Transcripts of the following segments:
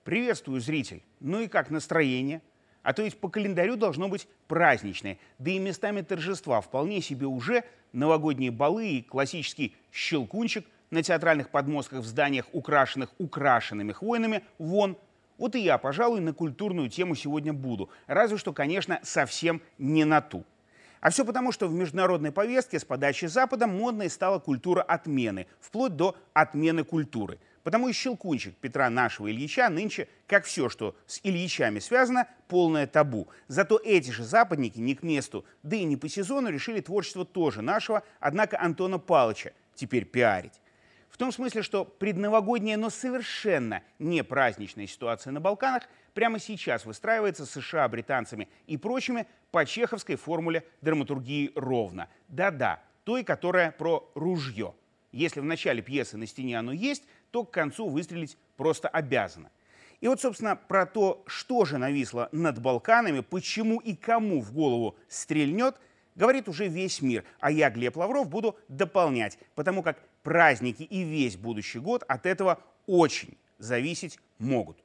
Приветствую, зритель. Ну и как настроение? А то ведь по календарю должно быть праздничное, да и местами торжества вполне себе уже новогодние балы и классический щелкунчик на театральных подмостках в зданиях, украшенных украшенными хвойными, вон. Вот и я, пожалуй, на культурную тему сегодня буду. Разве что, конечно, совсем не на ту. А все потому, что в международной повестке с подачи Запада модной стала культура отмены, вплоть до отмены культуры. Потому и щелкунчик Петра нашего Ильича нынче, как все, что с Ильичами связано, полное табу. Зато эти же западники не к месту, да и не по сезону решили творчество тоже нашего, однако Антона Палыча теперь пиарить. В том смысле, что предновогодняя, но совершенно не праздничная ситуация на Балканах прямо сейчас выстраивается США, британцами и прочими по чеховской формуле драматургии ровно. Да-да, той, которая про ружье. Если в начале пьесы на стене оно есть, то к концу выстрелить просто обязано. И вот, собственно, про то, что же нависло над Балканами, почему и кому в голову стрельнет, говорит уже весь мир. А я, Глеб Лавров, буду дополнять, потому как праздники и весь будущий год от этого очень зависеть могут.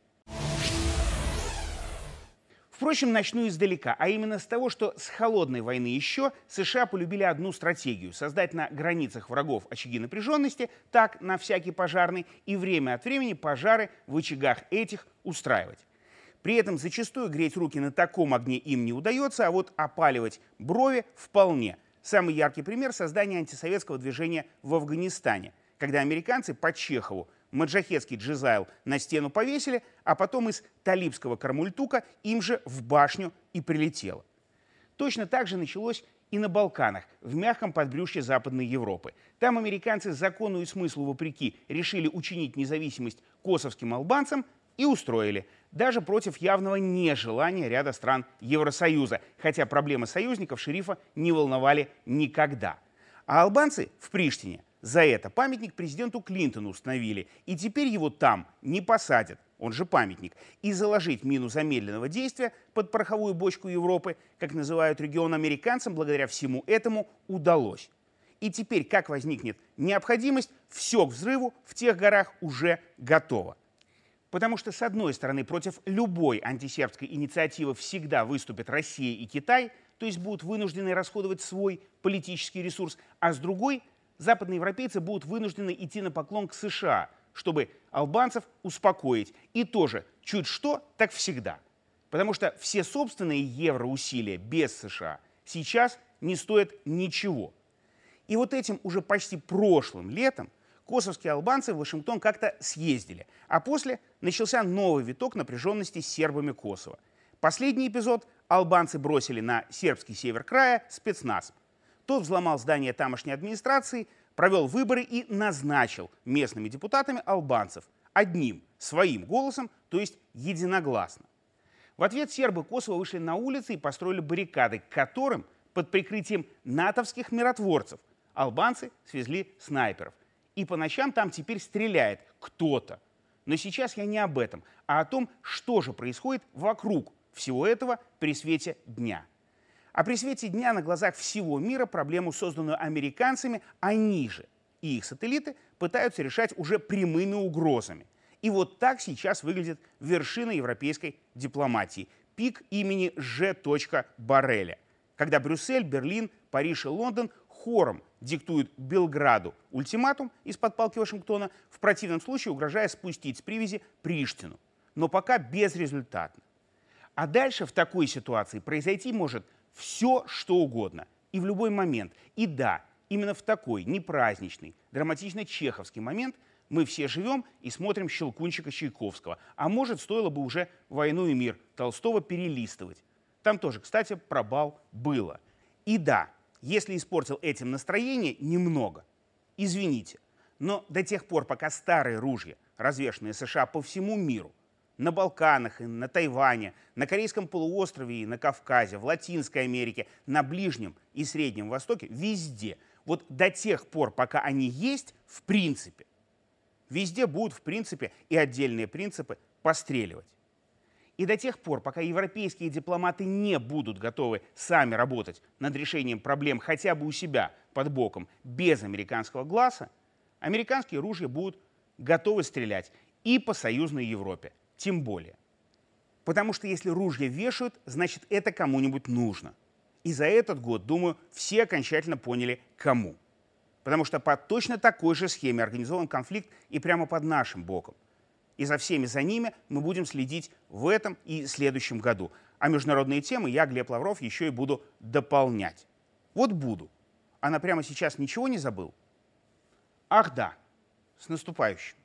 Впрочем, начну издалека, а именно с того, что с холодной войны еще США полюбили одну стратегию – создать на границах врагов очаги напряженности, так, на всякий пожарный, и время от времени пожары в очагах этих устраивать. При этом зачастую греть руки на таком огне им не удается, а вот опаливать брови вполне. Самый яркий пример – создание антисоветского движения в Афганистане, когда американцы по Чехову маджахетский джизайл на стену повесили, а потом из талибского кармультука им же в башню и прилетело. Точно так же началось и на Балканах, в мягком подбрюшье Западной Европы. Там американцы закону и смыслу вопреки решили учинить независимость косовским албанцам и устроили, даже против явного нежелания ряда стран Евросоюза, хотя проблемы союзников шерифа не волновали никогда. А албанцы в Приштине за это памятник президенту Клинтону установили, и теперь его там не посадят, он же памятник, и заложить мину замедленного действия под пороховую бочку Европы, как называют регион, американцам благодаря всему этому удалось. И теперь, как возникнет необходимость, все к взрыву в тех горах уже готово. Потому что, с одной стороны, против любой антисербской инициативы всегда выступят Россия и Китай, то есть будут вынуждены расходовать свой политический ресурс, а с другой – западноевропейцы будут вынуждены идти на поклон к США, чтобы албанцев успокоить. И тоже, чуть что, так всегда. Потому что все собственные евроусилия без США сейчас не стоят ничего. И вот этим уже почти прошлым летом косовские албанцы в Вашингтон как-то съездили. А после начался новый виток напряженности с сербами Косово. Последний эпизод албанцы бросили на сербский север края спецназ. Тот взломал здание тамошней администрации, провел выборы и назначил местными депутатами албанцев одним своим голосом, то есть единогласно. В ответ сербы Косово вышли на улицы и построили баррикады, к которым под прикрытием натовских миротворцев албанцы свезли снайперов. И по ночам там теперь стреляет кто-то. Но сейчас я не об этом, а о том, что же происходит вокруг всего этого при свете дня. А при свете дня на глазах всего мира проблему, созданную американцами, они же и их сателлиты пытаются решать уже прямыми угрозами. И вот так сейчас выглядит вершина европейской дипломатии. Пик имени Ж. Борреля. Когда Брюссель, Берлин, Париж и Лондон хором диктуют Белграду ультиматум из-под палки Вашингтона, в противном случае угрожая спустить с привязи Приштину. Но пока безрезультатно. А дальше в такой ситуации произойти может все, что угодно, и в любой момент. И да, именно в такой непраздничный, драматично-чеховский момент мы все живем и смотрим «Щелкунчика» Чайковского. А может, стоило бы уже «Войну и мир» Толстого перелистывать. Там тоже, кстати, про бал было. И да, если испортил этим настроение немного, извините, но до тех пор, пока старые ружья, развешанные США по всему миру, на Балканах и на Тайване, на Корейском полуострове и на Кавказе, в Латинской Америке, на Ближнем и Среднем Востоке, везде. Вот до тех пор, пока они есть, в принципе, везде будут, в принципе, и отдельные принципы постреливать. И до тех пор, пока европейские дипломаты не будут готовы сами работать над решением проблем хотя бы у себя под боком, без американского глаза, американские ружья будут готовы стрелять и по союзной Европе. тем более. Потому что если ружья вешают, значит, это кому-нибудь нужно. И за этот год, думаю, все окончательно поняли, кому. Потому что по точно такой же схеме организован конфликт и прямо под нашим боком. И за всеми за ними мы будем следить в этом и следующем году. А международные темы я, Глеб Лавров, еще и буду дополнять. Вот буду. Она прямо сейчас ничего не забыл? Ах да, с наступающим.